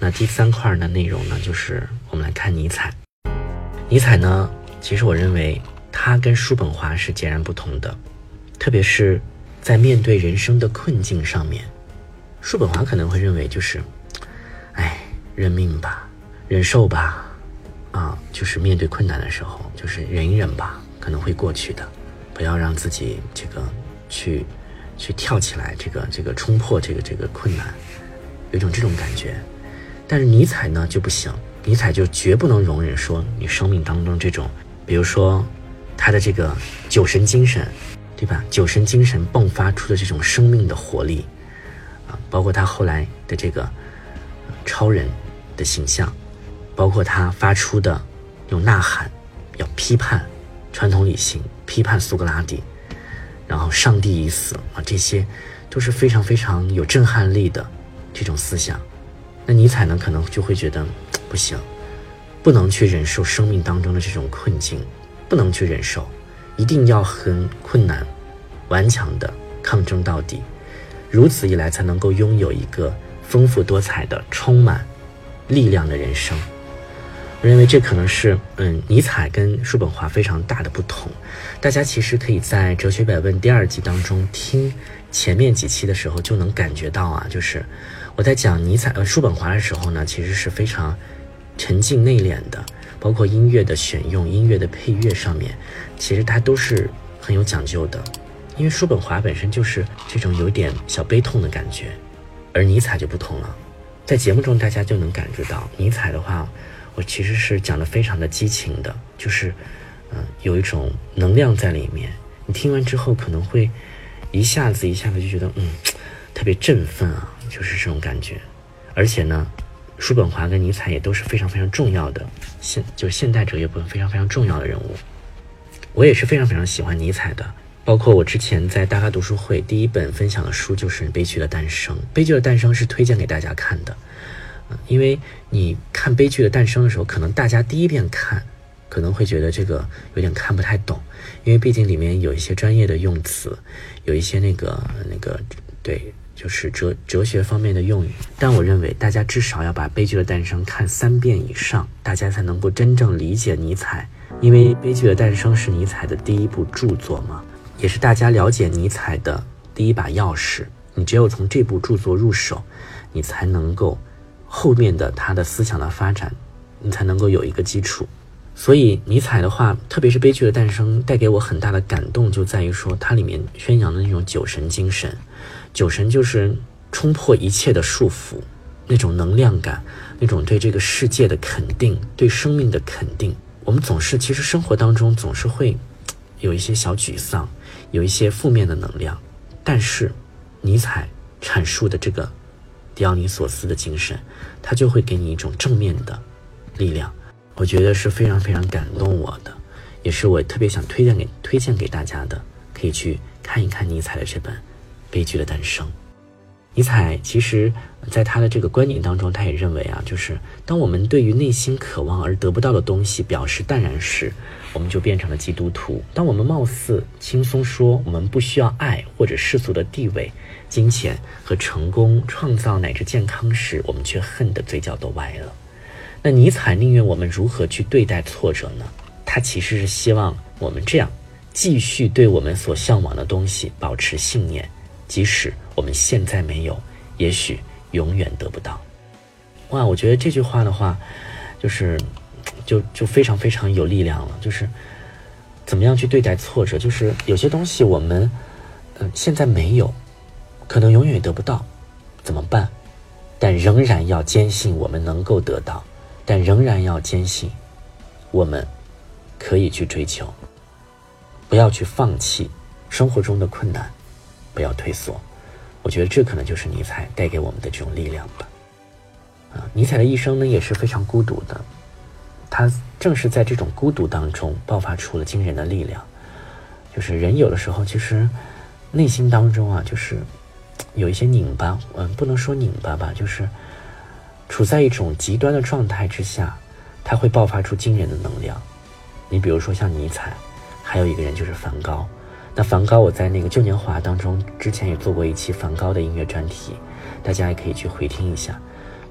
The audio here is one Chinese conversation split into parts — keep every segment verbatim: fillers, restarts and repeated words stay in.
那第三块呢内容呢，就是我们来看尼采。尼采呢，其实我认为他跟叔本华是截然不同的，特别是在面对人生的困境上面。叔本华可能会认为就是哎，认命吧，忍受吧，啊，就是面对困难的时候就是忍一忍吧，可能会过去的，不要让自己这个去去跳起来，这个这个冲破这个这个困难，有一种这种感觉。但是尼采呢就不行，尼采就绝不能容忍说你生命当中这种，比如说他的这个酒神精神，对吧？酒神精神迸发出的这种生命的活力啊，包括他后来的这个超人的形象，包括他发出的有呐喊，要批判传统理性，批判苏格拉底，然后上帝已死啊，这些都是非常非常有震撼力的这种思想。那尼采呢，可能就会觉得不行，不能去忍受生命当中的这种困境，不能去忍受，一定要很困难顽强的抗争到底，如此一来才能够拥有一个丰富多彩的充满力量的人生。我认为这可能是嗯尼采跟叔本华非常大的不同。大家其实可以在哲学百问第二季当中听前面几期的时候就能感觉到啊，就是我在讲尼采呃叔本华的时候呢，其实是非常沉静内敛的，包括音乐的选用，音乐的配乐上面，其实它都是很有讲究的。因为叔本华本身就是这种有点小悲痛的感觉，而尼采就不同了。在节目中大家就能感觉到，尼采的话我其实是讲得非常的激情的，就是嗯、呃，有一种能量在里面，你听完之后可能会一下子一下子就觉得嗯特别振奋啊，就是这种感觉。而且呢，叔本华跟尼采也都是非常非常重要的现就是现代哲学部分非常非常重要的人物。我也是非常非常喜欢尼采的，包括我之前在大咖读书会第一本分享的书就是《悲剧的诞生》。《悲剧的诞生》是推荐给大家看的，因为你看《悲剧的诞生》的时候，可能大家第一遍看可能会觉得这个有点看不太懂，因为毕竟里面有一些专业的用词，有一些那个那个对就是哲哲学方面的用语。但我认为大家至少要把《悲剧的诞生》看三遍以上，大家才能够真正理解尼采。因为《悲剧的诞生》是尼采的第一部著作嘛，也是大家了解尼采的第一把钥匙。你只有从这部著作入手，你才能够后面的他的思想的发展，你才能够有一个基础。所以尼采的话，特别是《悲剧的诞生》带给我很大的感动，就在于说它里面宣扬的那种酒神精神。酒神就是冲破一切的束缚，那种能量感，那种对这个世界的肯定，对生命的肯定。我们总是其实生活当中总是会有一些小沮丧，有一些负面的能量，但是尼采阐述的这个狄奥尼索斯的精神，它就会给你一种正面的力量。我觉得是非常非常感动我的，也是我特别想推荐给推荐给大家的，可以去看一看尼采的这本《悲剧的诞生》。尼采其实在他的这个观点当中，他也认为啊，就是当我们对于内心渴望而得不到的东西表示淡然时，我们就变成了基督徒。当我们貌似轻松说我们不需要爱或者世俗的地位、金钱和成功、创造乃至健康时，我们却恨得嘴角都歪了。那尼采宁愿我们如何去对待挫折呢？他其实是希望我们这样继续对我们所向往的东西保持信念，即使我们现在没有，也许永远得不到。哇，我觉得这句话的话就是就就非常非常有力量了。就是怎么样去对待挫折，就是有些东西我们呃现在没有，可能永远也得不到，怎么办？但仍然要坚信我们能够得到，但仍然要坚信我们可以去追求，不要去放弃生活中的困难，不要退缩。我觉得这可能就是尼采带给我们的这种力量吧。啊，尼采的一生呢也是非常孤独的，他正是在这种孤独当中爆发出了惊人的力量。就是人有的时候其实内心当中啊，就是有一些拧巴，嗯，不能说拧巴吧，就是处在一种极端的状态之下，他会爆发出惊人的能量。你比如说像尼采，还有一个人就是梵高。那梵高我在那个旧年华当中之前也做过一期梵高的音乐专题，大家也可以去回听一下。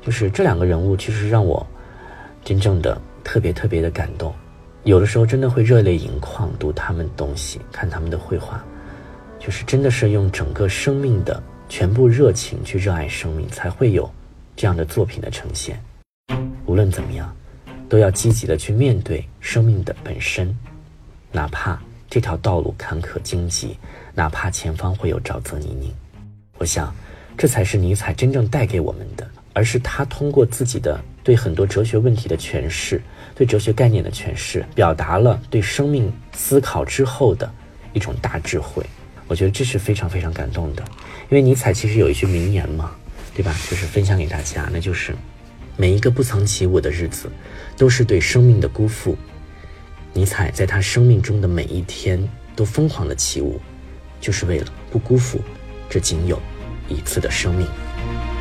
就是这两个人物其实让我真正的特别特别的感动，有的时候真的会热泪盈眶，读他们东西，看他们的绘画，就是真的是用整个生命的全部热情去热爱生命，才会有这样的作品的呈现。无论怎么样，都要积极的去面对生命的本身，哪怕这条道路坎坷荆棘，哪怕前方会有沼泽泥泞。我想这才是尼采真正带给我们的，而是他通过自己的对很多哲学问题的诠释，对哲学概念的诠释，表达了对生命思考之后的一种大智慧。我觉得这是非常非常感动的。因为尼采其实有一句名言嘛，对吧，就是分享给大家，那就是每一个不曾起舞的日子都是对生命的辜负。尼采在他生命中的每一天都疯狂的起舞，就是为了不辜负这仅有一次的生命。